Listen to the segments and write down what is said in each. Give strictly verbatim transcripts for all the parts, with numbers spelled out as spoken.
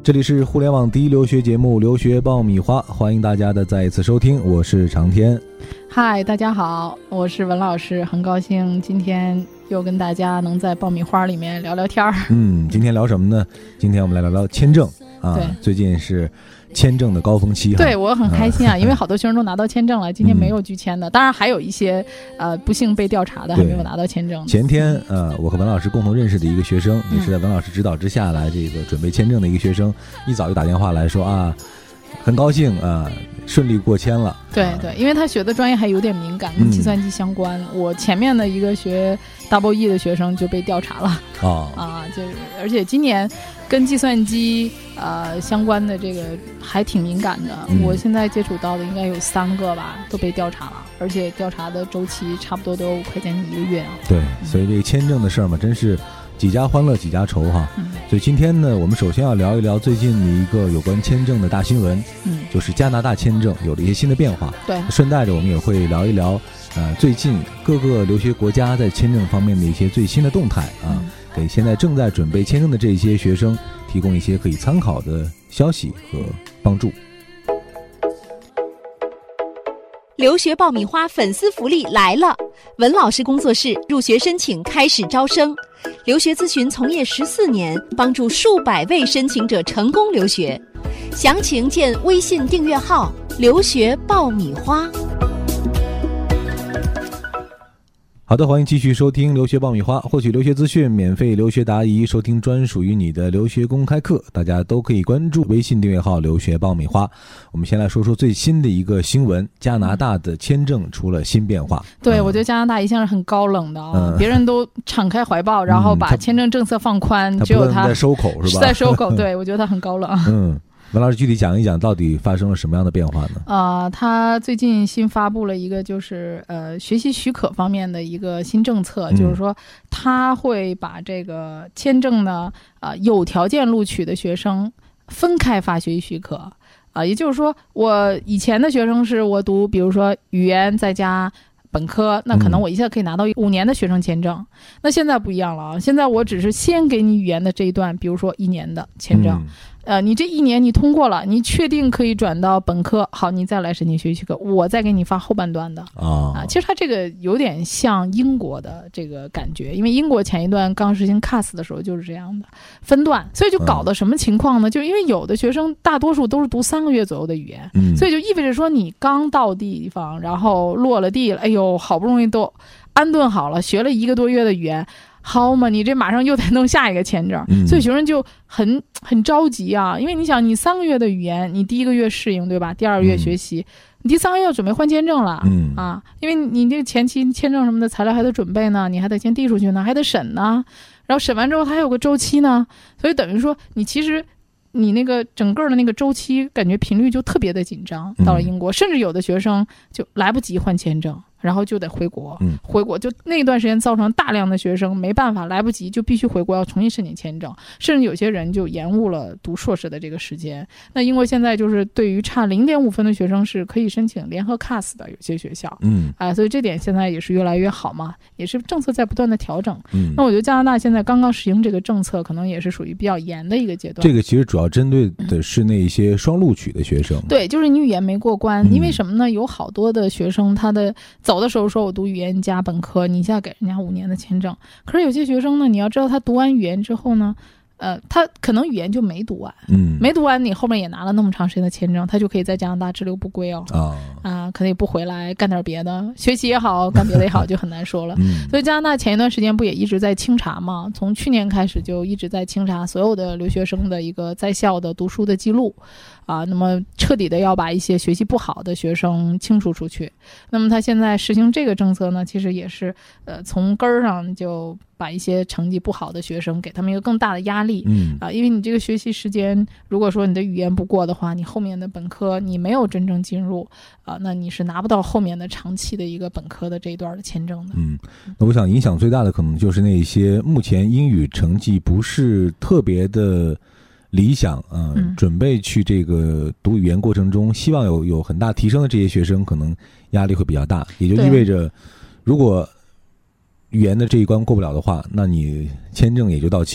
这里是互联网第一留学节目《留学爆米花》，欢迎大家的再一次收听，我是长天。 嗨，大家好，我是文老师，很高兴今天又跟大家能在爆米花里面聊聊天儿。 嗯，今天聊什么呢？今天我们来聊聊签证啊。 对， 最近是签证的高峰期哈。 对，我很开心啊，因为好多学生都拿到签证了，今天没有拒签的，当然还有一些呃不幸被调查的还没有拿到签证。 前天呃，我和文老师共同认识的一个学生，也是在文老师指导之下来这个准备签证的一个学生，一早就打电话来说啊，很高兴啊，顺利过签了。 对对，因为他学的专业还有点敏感，跟计算机相关。嗯、我前面的一个学 double E 的学生就被调查了。 哦啊，就是而且今年跟计算机呃相关的这个还挺敏感的。嗯、我现在接触到的应该有三个吧，都被调查了，而且调查的周期差不多都快将近一个月啊。 对，所以这个签证的事儿嘛，真是几家欢乐几家愁哈。嗯、所以今天呢，我们首先要聊一聊最近的一个有关签证的大新闻，嗯，就是加拿大签证有了一些新的变化。 对， 顺带着我们也会聊一聊，呃，最近各个留学国家在签证方面的一些最新的动态啊，嗯、给现在正在准备签证的这些学生提供一些可以参考的消息和帮助。 留学爆米花粉丝福利来了！文老师工作室入学申请开始招生，留学咨询从业十四年，帮助数百位申请者成功留学。详情见微信订阅号“留学爆米花”。 好的，欢迎继续收听留学爆米花，获取留学资讯，免费留学答疑，收听专属于你的留学公开课，大家都可以关注微信订阅号留学爆米花。我们先来说说最新的一个新闻，加拿大的签证出了新变化。 对、 嗯、 我觉得加拿大一向是很高冷的啊、哦嗯，别人都敞开怀抱，然后把签证政策放宽， 嗯、 只有他在收口是吧？ 在收口，对，我觉得他很高冷。 嗯。文老师具体讲一讲到底发生了什么样的变化呢？ 啊、呃，他最近新发布了一个就是呃学习许可方面的一个新政策，嗯、就是说他会把这个签证呢呃有条件录取的学生分开发学习许可啊、呃，也就是说我以前的学生是我读比如说语言再加本科，那可能我一下可以拿到五年的学生签证、嗯、那现在不一样了啊，现在我只是先给你语言的这一段，比如说一年的签证、嗯呃，你这一年你通过了，你确定可以转到本科，好，你再来申请学习许可，我再给你发后半段的啊、呃。其实它这个有点像英国的这个感觉，因为英国前一段刚实行 C A S 的时候就是这样的分段，所以就搞的什么情况呢？就因为有的学生大多数都是读三个月左右的语言，嗯、所以就意味着说你刚到地方，然后落了地了，哎呦，好不容易都安顿好了，学了一个多月的语言。好嘛，你这马上又得弄下一个签证、嗯、所以学生就很很着急啊，因为你想你三个月的语言，你第一个月适应对吧，第二个月学习、嗯、你第三个月要准备换签证了、嗯、啊，因为你这个前期签证什么的材料还得准备呢，你还得先递出去呢，还得审呢，然后审完之后它还有个周期呢，所以等于说你其实你那个整个的那个周期感觉频率就特别的紧张，到了英国、嗯、甚至有的学生就来不及换签证，然后就得回国、嗯、回国就那段时间造成大量的学生没办法来不及，就必须回国要重新申请签证，甚至有些人就延误了读硕士的这个时间。那英国现在就是对于差 零点五 分的学生是可以申请联合 C A S 的，有些学校嗯，哎、呃，所以这点现在也是越来越好嘛，也是政策在不断的调整。嗯，那我觉得加拿大现在刚刚实行这个政策，可能也是属于比较严的一个阶段。 这个其实主要针对的是那一些双录取的学生、嗯、 对，就是你语言没过关、嗯、因为什么呢，有好多的学生他的走的时候说我读语言加本科，你一下给人家五年的签证，可是有些学生呢，你要知道他读完语言之后呢呃，他可能语言就没读完，嗯，没读完，你后面也拿了那么长时间的签证，他就可以在加拿大滞留不归哦，啊、啊，可能也不回来干点别的，学习也好，干别的也好，就很难说了。嗯，所以加拿大前一段时间不也一直在清查吗？从去年开始就一直在清查所有的留学生的一个在校的读书的记录，啊，那么彻底的要把一些学习不好的学生清除出去。那么他现在实行这个政策呢，其实也是呃从根儿上就把一些成绩不好的学生给他们一个更大的压力，嗯啊，因为你这个学习时间，如果说你的语言不过的话，你后面的本科你没有真正进入啊，那你是拿不到后面的长期的一个本科的这一段的签证的。 嗯，那我想影响最大的可能就是那些目前英语成绩不是特别的理想啊、呃嗯，准备去这个读语言过程中希望有有很大提升的这些学生，可能压力会比较大，也就意味着如果语言的这一关过不了的话，那你签证也就到期了。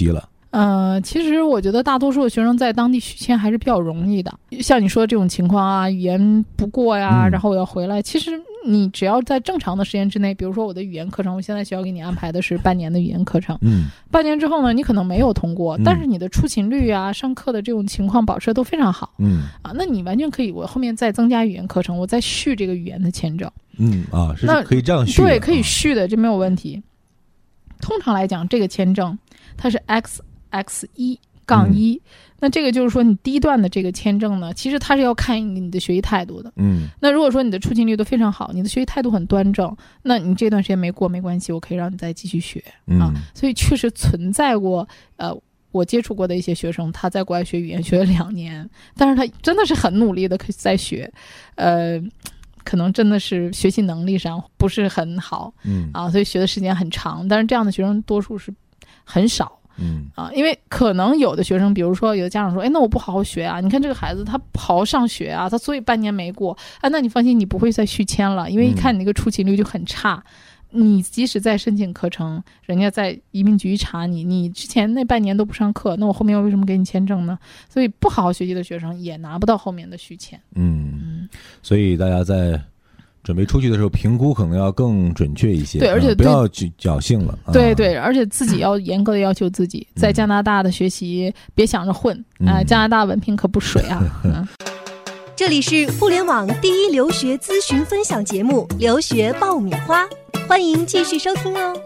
呃，其实我觉得大多数的学生在当地续签还是比较容易的。像你说的这种情况啊，语言不过呀， 嗯、 然后我要回来，其实你只要在正常的时间之内，比如说我的语言课程，我现在学校给你安排的是半年的语言课程， 嗯， 半年之后呢，你可能没有通过，嗯、但是你的出勤率啊，上课的这种情况保持的都非常好， 嗯， 啊，那你完全可以，我后面再增加语言课程，我再续这个语言的签证， 嗯啊，是可以这样续的， 对，可以续的，这没有问题。通常来讲，这个签证它是 X X 一杠一，那这个就是说你第一段的这个签证呢，其实它是要看你的学习态度的。 嗯， 那如果说你的出勤率都非常好，你的学习态度很端正，那你这段时间没过没关系，我可以让你再继续学、 嗯、 啊。所以确实存在过，呃，我接触过的一些学生，他在国外学语言学了两年，但是他真的是很努力的可以再学，呃。可能真的是学习能力上不是很好， 嗯啊，所以学的时间很长，但是这样的学生多数是很少， 嗯啊，因为可能有的学生，比如说有的家长说，哎，那我不好好学啊，你看这个孩子他不好好上学啊，他所以半年没过，啊，那你放心，你不会再续签了，因为一看你那个出勤率就很差。嗯、你即使再申请课程，人家在移民局查你，你之前那半年都不上课，那我后面为什么给你签证呢？所以不好好学习的学生也拿不到后面的续签。 嗯嗯，所以大家在准备出去的时候，评估可能要更准确一些， 对，而且、 嗯、不要侥幸了。 对对，而且自己要严格的要求自己， 嗯、 在加拿大的学习别想着混啊、呃嗯，加拿大文凭可不水啊。嗯这里是互联网第一留学咨询分享节目《留学爆米花》，欢迎继续收听哦。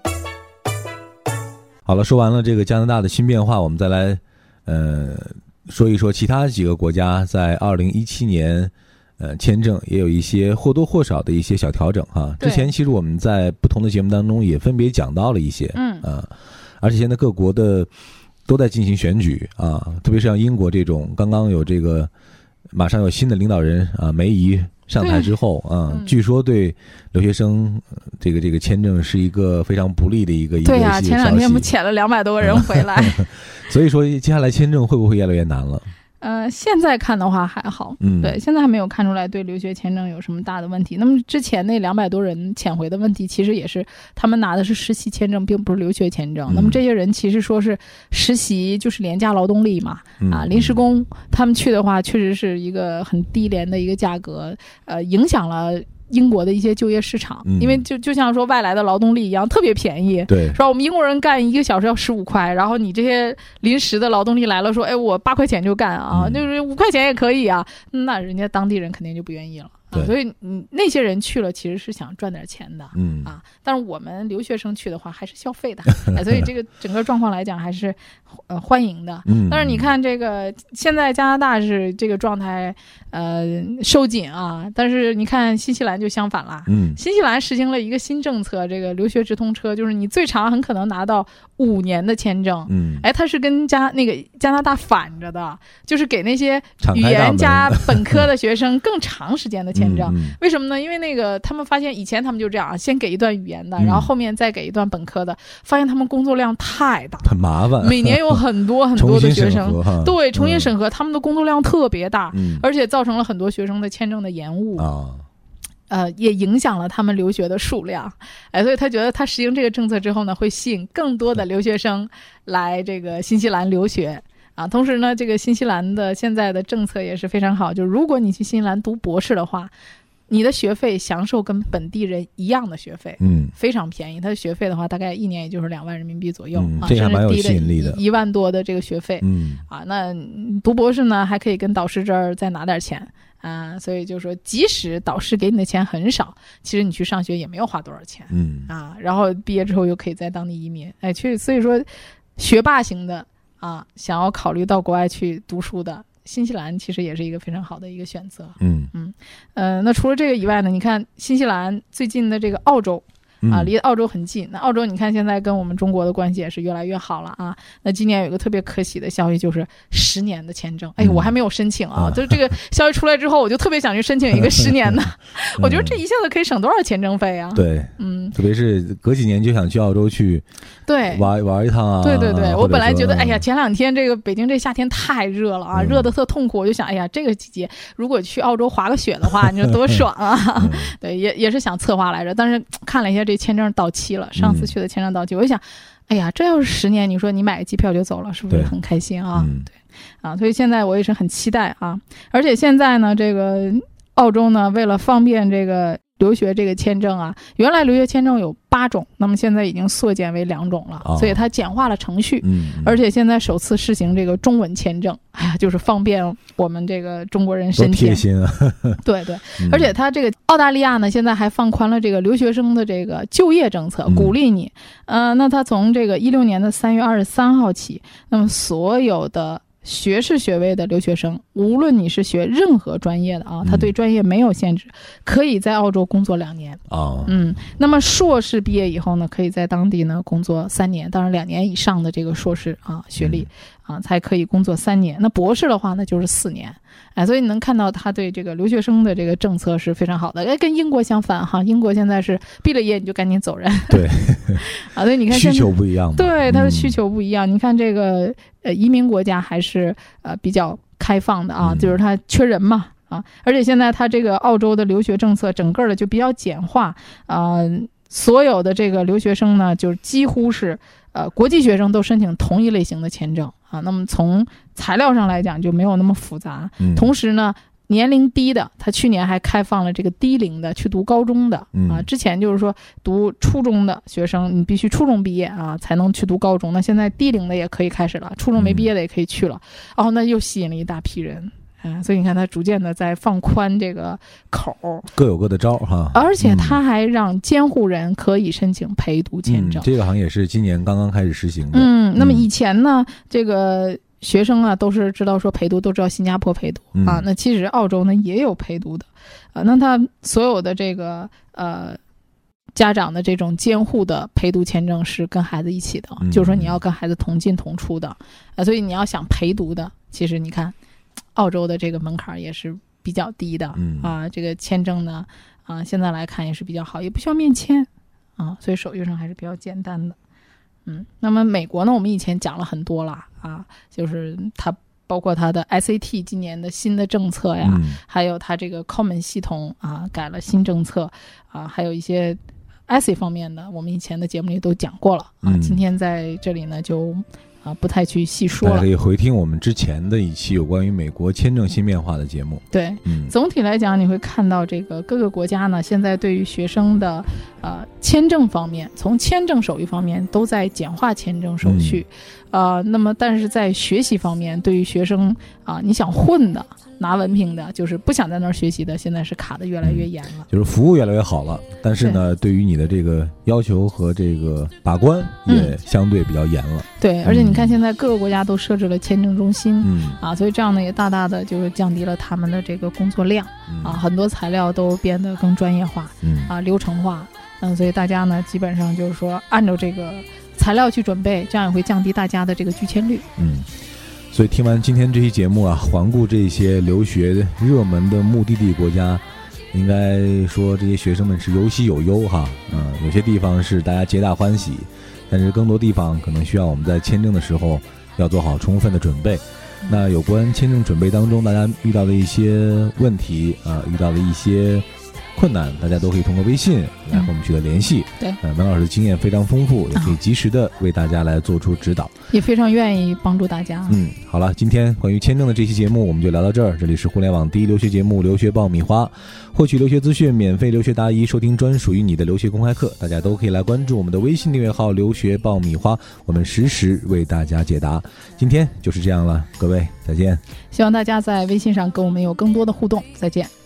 好了，说完了这个加拿大的新变化，我们再来呃说一说其他几个国家在二零一七年呃签证也有一些或多或少的一些小调整哈。之前其实我们在不同的节目当中也分别讲到了一些， 嗯啊、呃，而且现在各国的都在进行选举啊，特别是像英国这种刚刚有这个。马上有新的领导人啊，梅姨上台之后啊、嗯，据说对留学生这个这个签证是一个非常不利的一个一个对呀、啊，前两天不遣了两百多个人回来， 所以说接下来签证会不会越来越难了？ 呃，现在看的话还好， 嗯， 对，现在还没有看出来对留学签证有什么大的问题。那么之前那两百多人遣回的问题，其实也是他们拿的是实习签证，并不是留学签证。嗯、那么这些人其实说是实习，就是廉价劳动力嘛， 嗯、 啊，临时工，他们去的话，确实是一个很低廉的一个价格，呃，影响了。英国的一些就业市场， 嗯、 因为就就像说外来的劳动力一样，特别便宜。 对， 是吧？我们英国人干一个小时要十五块，然后你这些临时的劳动力来了，说，哎，我八块钱就干啊， 嗯、 就是五块钱也可以啊，那人家当地人肯定就不愿意了。啊、所以嗯，那些人去了其实是想赚点钱的， 嗯啊，但是我们留学生去的话还是消费的，哎、所以这个整个状况来讲还是呃欢迎的。 嗯， 但是你看这个现在加拿大是这个状态呃收紧啊，但是你看新西兰就相反啦， 嗯， 新西兰实行了一个新政策，这个留学直通车，就是你最长很可能拿到五年的签证， 嗯， 哎，它是跟加那个加拿大反着的，就是给那些语言加本科的学生更长时间的签证。签证、 嗯、 为什么呢？因为那个他们发现以前他们就这样，先给一段语言的， 嗯、 然后后面再给一段本科的，发现他们工作量太大， 很麻烦， 每年有很多很多的学生，对，重新审核、 嗯， 他们的工作量特别大， 嗯、 而且造成了很多学生的签证的延误啊。 呃，也影响了他们留学的数量，哎，所以他觉得他实行这个政策之后呢，会吸引更多的留学生来这个新西兰留学。啊，同时呢，这个新西兰的现在的政策也是非常好，就是如果你去新西兰读博士的话，你的学费享受跟本地人一样的学费， 嗯， 非常便宜。他的学费的话，大概一年也就是两万人民币左右， 嗯、 啊， 这还蛮有吸引力的， 一万多的这个学费， 嗯， 啊，那读博士呢，还可以跟导师这儿再拿点钱啊，所以就是说，即使导师给你的钱很少，其实你去上学也没有花多少钱， 嗯， 啊，然后毕业之后又可以在当地移民，哎，去，所以说学霸型的。啊，想要考虑到国外去读书的，新西兰其实也是一个非常好的一个选择。 嗯嗯，呃，那除了这个以外呢，你看新西兰最近的这个澳洲。啊，离澳洲很近。那澳洲你看现在跟我们中国的关系也是越来越好了啊。那今年有一个特别可喜的消息，就是十年的签证。哎，我还没有申请啊，就这个消息出来之后，我就特别想去申请一个十年的。我觉得这一下子可以省多少签证费啊？ 对， 嗯， 特别是隔几年就想去澳洲去， 对， 玩玩一趟啊。 对对对，我本来觉得，哎呀，前两天这个北京这夏天太热了啊，热得特痛苦，我就想，哎呀，这个季节如果去澳洲滑个雪的话，你说多爽啊！对，也也是想策划来着，但是看了一下这这签证到期了，上次去的签证到期，嗯、我就想，哎呀，这要是十年，你说你买个机票就走了，是不是很开心啊？ 嗯、 对，啊，所以现在我也是很期待啊，而且现在呢，这个澳洲呢，为了方便这个留学这个签证啊，原来留学签证有八种，那么现在已经缩减为两种了，哦、所以它简化了程序， 嗯嗯、 而且现在首次试行这个中文签证，哎呀，就是方便我们这个中国人申请。 多贴心啊！ 对对，而且它这个澳大利亚呢，现在还放宽了这个留学生的这个就业政策，鼓励你。嗯、呃，那它从这个一六年的三月二十三号起，那么所有的学士学位的留学生，无论你是学任何专业的啊，他对专业没有限制，嗯、可以在澳洲工作两年啊。 嗯，那么硕士毕业以后呢，可以在当地呢工作三年，当然两年以上的这个硕士啊学历、嗯、啊才可以工作三年。那博士的话呢就是四年。哎，所以你能看到他对这个留学生的这个政策是非常好的。哎，跟英国相反哈，英国现在是毕了业你就赶紧走人。 对， 啊，所以你看需求不一样嘛。 对，它的需求不一样。嗯、你看这个呃移民国家还是呃比较开放的啊，嗯、就是它缺人嘛啊，而且现在它这个澳洲的留学政策整个的就比较简化啊、呃，所有的这个留学生呢，就几乎是呃国际学生都申请同一类型的签证。啊，那么从材料上来讲就没有那么复杂。嗯、同时呢，年龄低的，他去年还开放了这个低龄的去读高中的、嗯、啊。之前就是说读初中的学生，你必须初中毕业啊才能去读高中。那现在低龄的也可以开始了，初中没毕业的也可以去了。嗯、哦，那又吸引了一大批人。啊，所以你看，他逐渐的在放宽这个口， 各有各的招哈。 而且他还让监护人可以申请陪读签证， 嗯、这个好像也是今年刚刚开始实行的。 嗯，那么以前呢，嗯、这个学生啊都是知道说陪读，都知道新加坡陪读、嗯、啊。那其实澳洲呢也有陪读的，啊，那他所有的这个呃家长的这种监护的陪读签证是跟孩子一起的，嗯、就是说你要跟孩子同进同出的啊。所以你要想陪读的，其实你看。澳洲的这个门槛也是比较低的、嗯、啊，这个签证呢啊，现在来看也是比较好，也不需要面签啊，所以手续上还是比较简单的。嗯，那么美国呢，我们以前讲了很多啦啊，就是它包括它的 S A T 今年的新的政策呀，嗯、还有它这个 Common 系统啊改了新政策啊，还有一些 essay 方面的，我们以前的节目里都讲过了啊，嗯、今天在这里呢就。啊，不太去细说了。 大家可以回听我们之前的一期有关于美国签证新变化的节目。 对，嗯，总体来讲，你会看到这个各个国家呢，现在对于学生的呃签证方面，从签证手续方面都在简化签证手续，嗯、呃，那么但是在学习方面，对于学生啊、呃，你想混的。拿文凭的，就是不想在那儿学习的，现在是卡得越来越严了、嗯， 就是服务越来越好了，但是呢，对于你的这个要求和这个把关也相对比较严了。 嗯、对，而且你看现在各个国家都设置了签证中心，嗯啊，所以这样呢也大大的就是降低了他们的这个工作量，嗯、啊，很多材料都变得更专业化，嗯啊，流程化，嗯，所以大家呢基本上就是说按照这个材料去准备，这样也会降低大家的这个拒签率， 嗯。所以听完今天这期节目啊，环顾这些留学热门的目的地国家，应该说这些学生们是有喜有忧哈。嗯，有些地方是大家皆大欢喜，但是更多地方可能需要我们在签证的时候要做好充分的准备。那有关签证准备当中大家遇到的一些问题啊、呃，遇到的一些困难，大家都可以通过微信来和我们取得联系。 对， 呃，文老师的经验非常丰富，也可以及时的为大家来做出指导， 也非常愿意帮助大家。 嗯，好了，今天关于签证的这期节目我们就聊到这儿。这里是互联网第一留学节目《留学爆米花》，获取留学资讯，免费留学答疑，收听专属于你的留学公开课，大家都可以来关注我们的微信订阅号“留学爆米花”，我们实时为大家解答。今天就是这样了，各位再见。 希望大家在微信上跟我们有更多的互动，再见。